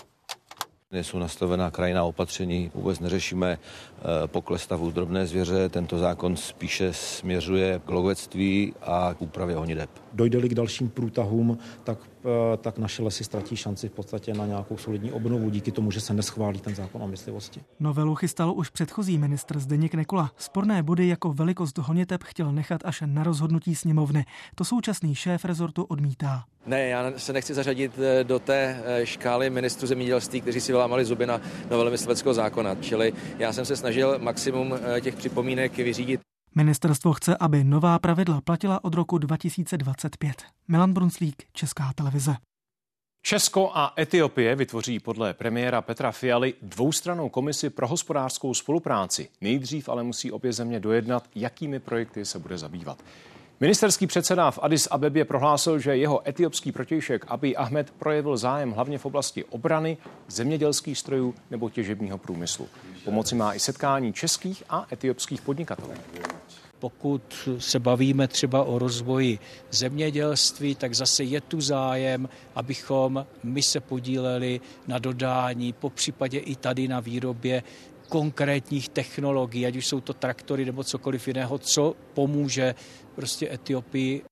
Jsou nastavená krajinná opatření, vůbec neřešíme pokles stavu drobné zvěře, tento zákon spíše směřuje k lovectví a k úpravě honiteb. Dojde-li k dalším průtahům, tak naše lesy ztratí šanci v podstatě na nějakou solidní obnovu díky tomu, že se neschválí ten zákon o myslivosti. Novelu chystal už předchozí ministr Zdeněk Nekula. Sporné body jako velikost honiteb chtěl nechat až na rozhodnutí sněmovny. To současný šéf rezortu odmítá. Ne, já se nechci zařadit do té škály ministrů zemědělství, kteří si vylámali zuby na novelu mysliveckého zákona. Čili já jsem se snažil maximum těch připomínek vyřídit. Ministerstvo chce, aby nová pravidla platila od roku 2025. Milan Brunslík, Česká televize. Česko a Etiopie vytvoří podle premiéra Petra Fialy dvoustrannou komisi pro hospodářskou spolupráci. Nejdřív ale musí obě země dojednat, jakými projekty se bude zabývat. Ministerský předseda v Addis Abebě prohlásil, že jeho etiopský protějšek Abiy Ahmed projevil zájem hlavně v oblasti obrany, zemědělských strojů nebo těžebního průmyslu. Pomoci má i setkání českých a etiopských podnikatelů. Pokud se bavíme třeba o rozvoji zemědělství, tak zase je tu zájem, abychom my se podíleli na dodání, popřípadě i tady na výrobě konkrétních technologií, ať už jsou to traktory nebo cokoliv jiného, co pomůže prostě Etiopii.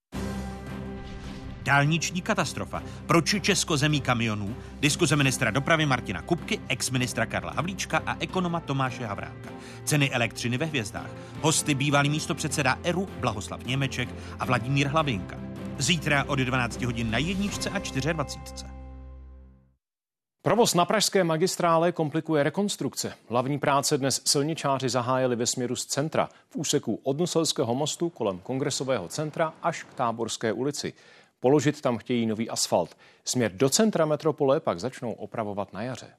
Dálniční katastrofa. Proč Česko zemí kamionů? Diskuze ministra dopravy Martina Kupky, ex-ministra Karla Havlíčka a ekonoma Tomáše Havránka. Ceny elektřiny ve hvězdách. Hosty bývalý místopředseda ERU Blahoslav Němeček a Vladimír Hlavinka. Zítra od 12 hodin na jedničce a 24. Provoz na pražské magistrále komplikuje rekonstrukce. Hlavní práce dnes silničáři zahájili ve směru z centra, v úseku od Nuselského mostu kolem Kongresového centra až k Táborské ulici. Položit tam chtějí nový asfalt. Směr do centra metropole pak začnou opravovat na jaře.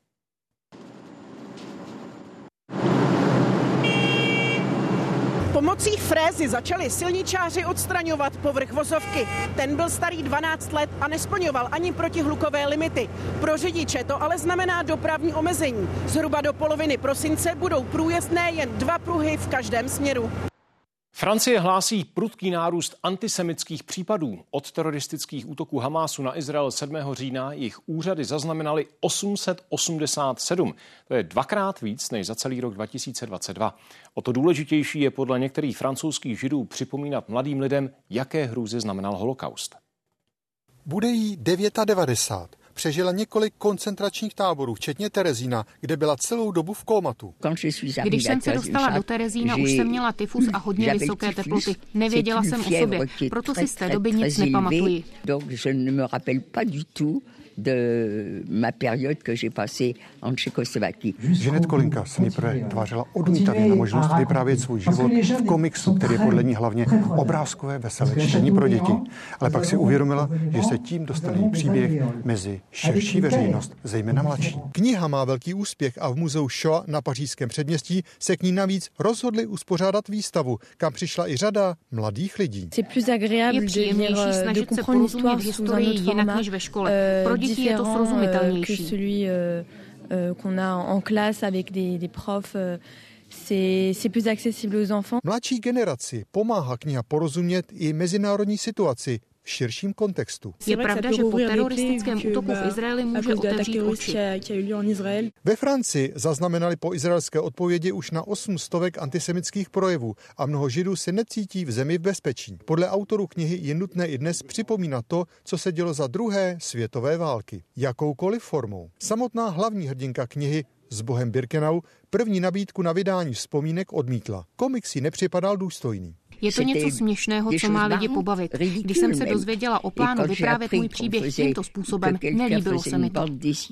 Pomocí frézy začali silničáři odstraňovat povrch vozovky. Ten byl starý 12 let a nesplňoval ani protihlukové limity. Pro řidiče to ale znamená dopravní omezení. Zhruba do poloviny prosince budou průjezdné jen 2 pruhy v každém směru. Francie hlásí prudký nárůst antisemitských případů. Od teroristických útoků Hamásu na Izrael 7. října jejich úřady zaznamenaly 887. To je dvakrát víc než za celý rok 2022. O to důležitější je podle některých francouzských židů připomínat mladým lidem, jaké hrůzy znamenal holokaust. Bude jí 99. Přežila několik koncentračních táborů, včetně Terezína, kde byla celou dobu v kómatu. Když jsem se dostala do Terezína, už jsem měla tyfus a hodně vysoké teploty. Nevěděla jsem o sobě, proto si z té doby nic nepamatuji. de ma période que j'ai passée en Tchécoslovaquie. Žanet Kolinka se nejprve tvářila odmítavě na možnost vyprávět svůj život v komiksu, který je podle ní hlavně obrázkové veselé čtení pro děti. Ale pak si uvědomila, že se tím dostal její příběh mezi širší veřejnost, zejména mladší. Kniha má velký úspěch a v muzeu Shoah na pařížském předměstí se k ní navíc rozhodli uspořádat výstavu, kam přišla i řada mladých lidí. Je příjemnější snažit se porozumět historii jinak než ve škole. Pro děti je to srozumitelnější. Mladší generaci pomáhá kniha porozumět i mezinárodní situaci v širším kontextu. Je pravda, že po teroristickém útoku v Izraeli může otevřít oči. Ve Francii zaznamenali po izraelské odpovědi už na 800 antisemitských projevů a mnoho Židů se necítí v zemi v bezpečí. Podle autorů knihy je nutné i dnes připomínat to, co se dělo za druhé světové války. Jakoukoliv formou. Samotná hlavní hrdinka knihy S Bohem Birkenau první nabídku na vydání vzpomínek odmítla. Komiks jí nepřipadal důstojný. Je to něco směšného, co má lidi pobavit. Když jsem se dozvěděla o plánu vyprávět můj příběh tímto způsobem, nelíbilo se mi to.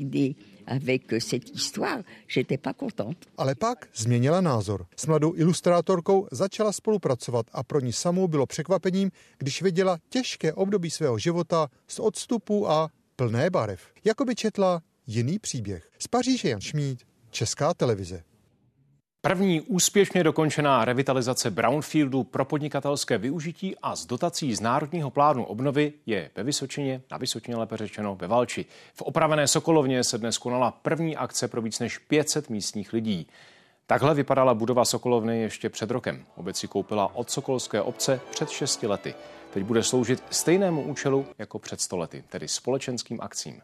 Ale pak změnila názor. S mladou ilustrátorkou začala spolupracovat a pro ní samou bylo překvapením, když viděla těžké období svého života z odstupu a plné barev. Jakoby četla jiný příběh. Z Paříže Jan Šmíd, Česká televize. První úspěšně dokončená revitalizace brownfieldu pro podnikatelské využití a s dotací z Národního plánu obnovy je ve Vysočině, na Vysočině lépe řečeno ve Valči. V opravené Sokolovně se dnes konala první akce pro víc než 500 místních lidí. Takhle vypadala budova Sokolovny ještě před rokem. Obec si koupila od sokolské obce před 6 lety. Teď bude sloužit stejnému účelu jako před 100 lety, tedy společenským akcím.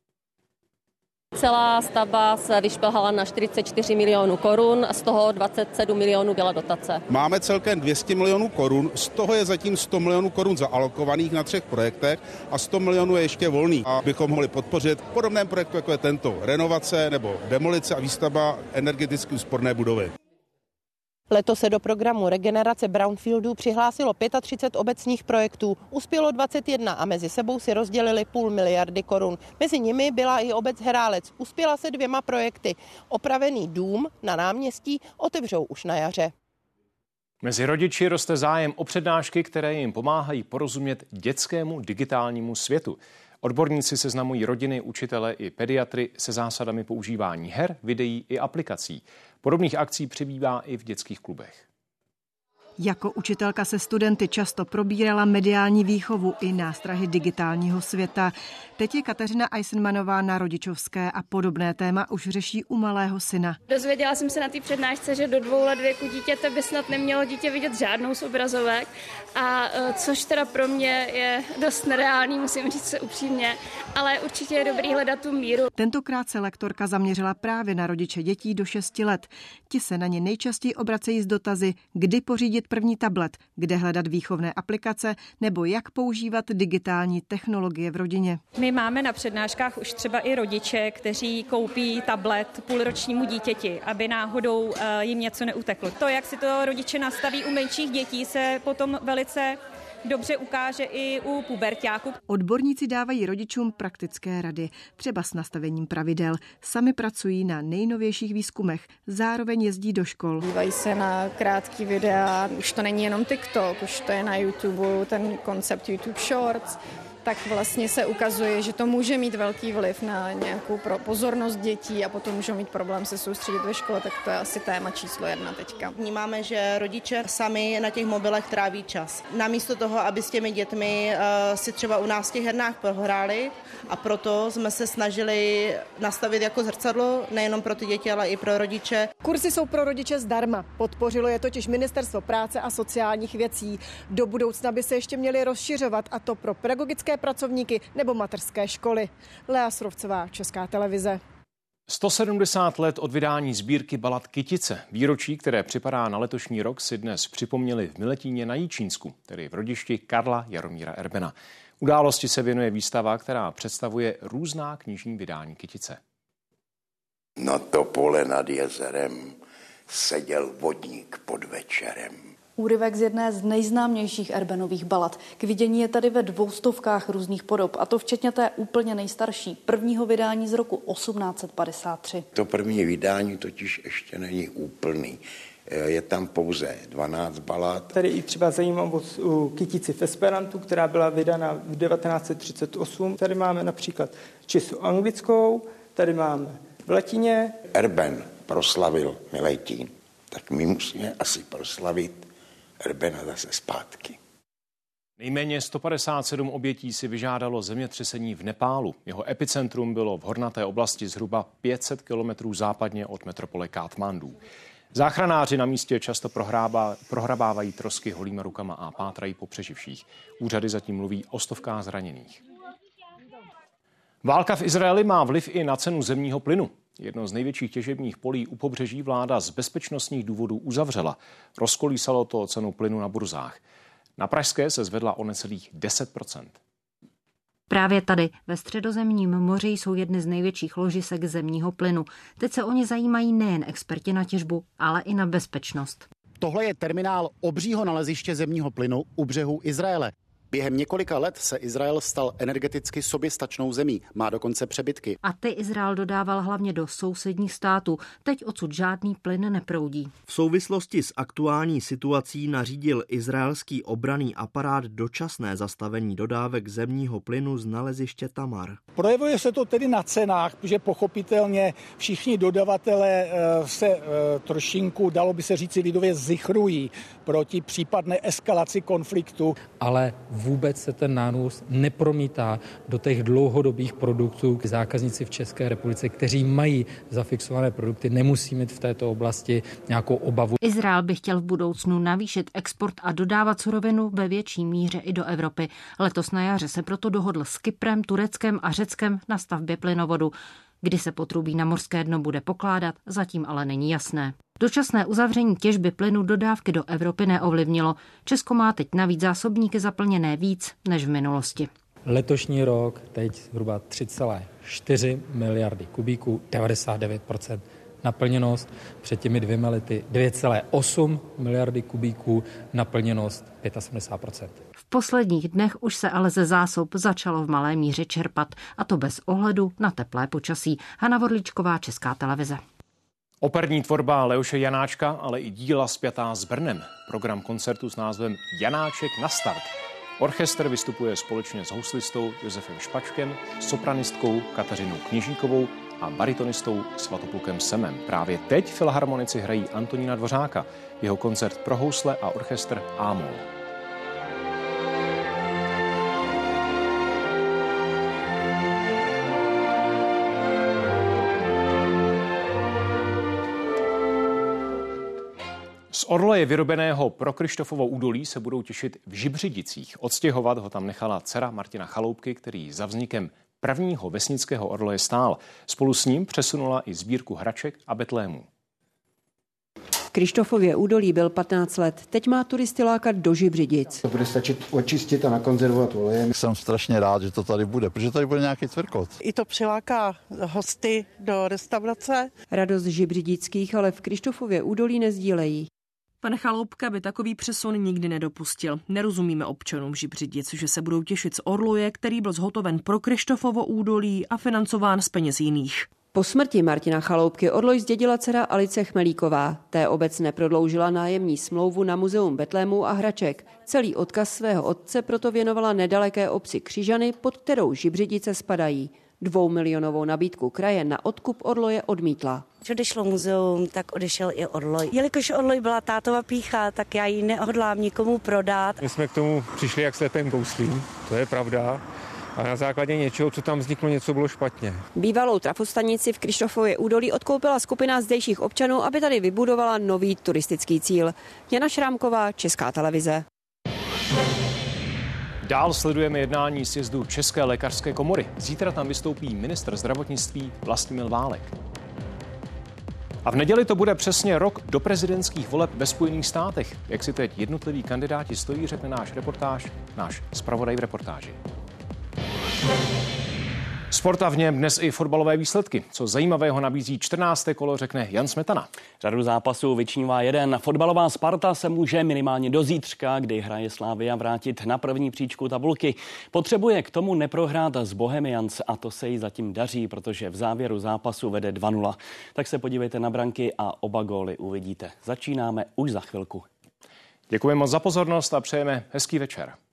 Celá stavba se vyšplhala na 44 milionů korun, z toho 27 milionů byla dotace. Máme celkem 200 milionů korun, z toho je zatím 100 milionů korun zaalokovaných na 3 projektech a 100 milionů je ještě volných. Abychom mohli podpořit v podobném projektu, jako je tento, renovace nebo demolice a výstavba energeticky úsporné budovy. Letos se do programu regenerace brownfieldů přihlásilo 35 obecních projektů, uspělo 21 a mezi sebou si rozdělili 0,5 miliardy korun. Mezi nimi byla i obec Herálec, uspěla se 2 projekty. Opravený dům na náměstí otevřou už na jaře. Mezi rodiči roste zájem o přednášky, které jim pomáhají porozumět dětskému digitálnímu světu. Odborníci seznamují rodiny, učitele i pediatry se zásadami používání her, videí i aplikací. Podobných akcí přibývá i v dětských klubech. Jako učitelka se studenty často probírala mediální výchovu i nástrahy digitálního světa. Teď je Kateřina Eisenmanová na rodičovské a podobné téma už řeší u malého syna. Dozvěděla jsem se na té přednášce, že do 2 let věku dítěte by snad nemělo dítě vidět žádnou z obrazovek, a což teda pro mě je dost nereálný, musím říct se upřímně, ale určitě je dobrý hledat tu míru. Tentokrát se lektorka zaměřila právě na rodiče dětí do 6 let. Ti se na ně nejčastěji obracejí s dotazy, kdy pořídit první tablet, kde hledat výchovné aplikace nebo jak používat digitální technologie v rodině. My máme na přednáškách už třeba i rodiče, kteří koupí tablet půlročnímu dítěti, aby náhodou jim něco neuteklo. To, jak si to rodiče nastaví u menších dětí, se potom velice dobře ukáže i u puberťáků. Odborníci dávají rodičům praktické rady, třeba s nastavením pravidel. Sami pracují na nejnovějších výzkumech, zároveň jezdí do škol. Dívají se na krátký videa, už to není jenom TikTok, už to je na YouTube, ten koncept YouTube Shorts. tak vlastně se ukazuje, že to může mít velký vliv na nějakou pozornost dětí a potom můžou mít problém se soustředit ve škole, tak to je asi téma číslo 1 teďka. Vnímáme, že rodiče sami na těch mobilech tráví čas. Namísto toho, aby s těmi dětmi si třeba u nás v těch hernách pohráli, a proto jsme se snažili nastavit jako zrcadlo nejenom pro ty děti, ale i pro rodiče. Kurzy jsou pro rodiče zdarma. Podpořilo je totiž Ministerstvo práce a sociálních věcí. Do budoucna by se ještě měly rozšiřovat, a to pro pedagogické pracovníky nebo mateřské školy. Lea Srovcová, Česká televize. 170 let od vydání sbírky balad Kytice. Výročí, které připadá na letošní rok, si dnes připomněli v Miletíně na Jičínsku, tedy v rodišti Karla Jaromíra Erbena. Události se věnuje výstava, která představuje různá knižní vydání Kytice. Na topole nad jezerem seděl vodník pod večerem. Úryvek z jedné z nejznámějších Erbenových balad. K vidění je tady ve 200 různých podob, a to včetně té úplně nejstarší, prvního vydání z roku 1853. To první vydání totiž ještě není úplný. Je tam pouze 12 balad. Tady i třeba zajímavost u Kytici v esperantu, která byla vydána v 1938. Tady máme například čistu anglickou, tady máme v latině. Erben proslavil Miletín, tak my musíme asi proslavit Erbena zase zpátky. Nejméně 157 obětí si vyžádalo zemětřesení v Nepálu. Jeho epicentrum bylo v hornaté oblasti zhruba 500 kilometrů západně od metropole Katmandu. Záchranáři na místě často prohrabávají trosky holýma rukama a pátrají po přeživších. Úřady zatím mluví o stovkách zraněných. Válka v Izraeli má vliv i na cenu zemního plynu. Jedno z největších těžebních polí u pobřeží vláda z bezpečnostních důvodů uzavřela. Rozkolísalo to cenu plynu na burzách. Na pražské se zvedla o necelých 10%. Právě tady, ve Středozemním moři, jsou jedny z největších ložisek zemního plynu. Teď se o ně zajímají nejen experti na těžbu, ale i na bezpečnost. Tohle je terminál obřího naleziště zemního plynu u břehu Izraele. Během několika let se Izrael stal energeticky soběstačnou zemí, má dokonce přebytky. A ty Izrael dodával hlavně do sousedních států. Teď odsud žádný plyn neproudí. V souvislosti s aktuální situací nařídil izraelský obranný aparát dočasné zastavení dodávek zemního plynu z naleziště Tamar. Projevuje se to tedy na cenách, protože pochopitelně všichni dodavatelé se trošinku, dalo by se říci lidově, zichrují proti případné eskalaci konfliktu. Ale vůbec se ten nárůst nepromítá do těch dlouhodobých produktů. Zákazníci v České republice, kteří mají zafixované produkty, nemusí mít v této oblasti nějakou obavu. Izrael by chtěl v budoucnu navýšit export a dodávat surovinu ve větší míře i do Evropy. Letos na jaře se proto dohodl s Kyprem, Tureckem a Řeckem na stavbě plynovodu. Kdy se potrubí na mořské dno bude pokládat, zatím ale není jasné. Dočasné uzavření těžby plynu dodávky do Evropy neovlivnilo. Česko má teď navíc zásobníky zaplněné víc než v minulosti. Letošní rok teď zhruba 3,4 miliardy kubíků, 99% naplněnost. Před těmi 2 lety 2,8 miliardy kubíků, naplněnost 75%. V posledních dnech už se ale ze zásob začalo v malé míře čerpat, a to bez ohledu na teplé počasí. Hana Vorlíčková, Česká televize. Operní tvorba Leoše Janáčka, ale i díla spjatá s Brnem. Program koncertu s názvem Janáček na start. Orchestr vystupuje společně s houslistou Josefem Špačkem, sopranistkou Kateřinou Kněžíkovou a baritonistou Svatoplukem Semem. Právě teď filharmonici hrají Antonína Dvořáka, jeho koncert pro housle a orchestr A-moll. Z orloje vyrobeného pro Kryštofovo údolí se budou těšit v Žibřidicích. Odstěhovat ho tam nechala dcera Martina Chaloupky, který za vznikem prvního vesnického orloje stál. Spolu s ním přesunula i sbírku hraček a betlémů. V Kryštofově údolí byl 15 let. Teď má turisty lákat do Žibřidic. To bude stačit očistit a nakonzervovat olejem. Jsem strašně rád, že to tady bude, protože tady bude nějaký cvrkot. I to přiláká hosty do restaurace. Radost žibřidických ale v Kryštofově údolí nezdílejí. Pan Chaloupka by takový přesun nikdy nedopustil. Nerozumíme občanům Žibřidic, že se budou těšit z orloje, který byl zhotoven pro Kryštofovo údolí a financován z peněz jiných. Po smrti Martina Chaloupky odlož zdědila dcera Alice Chmelíková. Té obec neprodloužila nájemní smlouvu na muzeum Betlémů a hraček. Celý odkaz svého otce proto věnovala nedaleké obci Křižany, pod kterou Žibřidice spadají. 2milionovou nabídku kraje na odkup orloje odmítla. Když odešlo muzeum, tak odešel i orloj. Jelikož orloj byla tátova pýcha, tak já ji nehodlám nikomu prodat. My jsme k tomu přišli jak slepým kouslím, to je pravda. A na základě něčeho, co tam vzniklo, něco bylo špatně. Bývalou trafostanici v Kryštofově údolí odkoupila skupina zdejších občanů, aby tady vybudovala nový turistický cíl. Jana Šrámková, Česká televize. Dál sledujeme jednání sjezdu České lékařské komory. Zítra tam vystoupí ministr zdravotnictví Vlastimil Válek. A v neděli to bude přesně rok do prezidentských voleb ve Spojených státech. Jak si teď jednotliví kandidáti stojí, řekne náš zpravodaj v reportáži. Sport a v něm dnes i fotbalové výsledky. Co zajímavého nabízí 14. kolo, řekne Jan Smetana. Řadu zápasů vyčnívá jeden. Fotbalová Sparta se může minimálně do zítřka, kdy hraje Slavia, vrátit na první příčku tabulky. Potřebuje k tomu neprohrát s Bohemians a to se jí zatím daří, protože v závěru zápasu vede 2-0. Tak se podívejte na branky a oba góly uvidíte. Začínáme už za chvilku. Děkujeme moc za pozornost a přejeme hezký večer.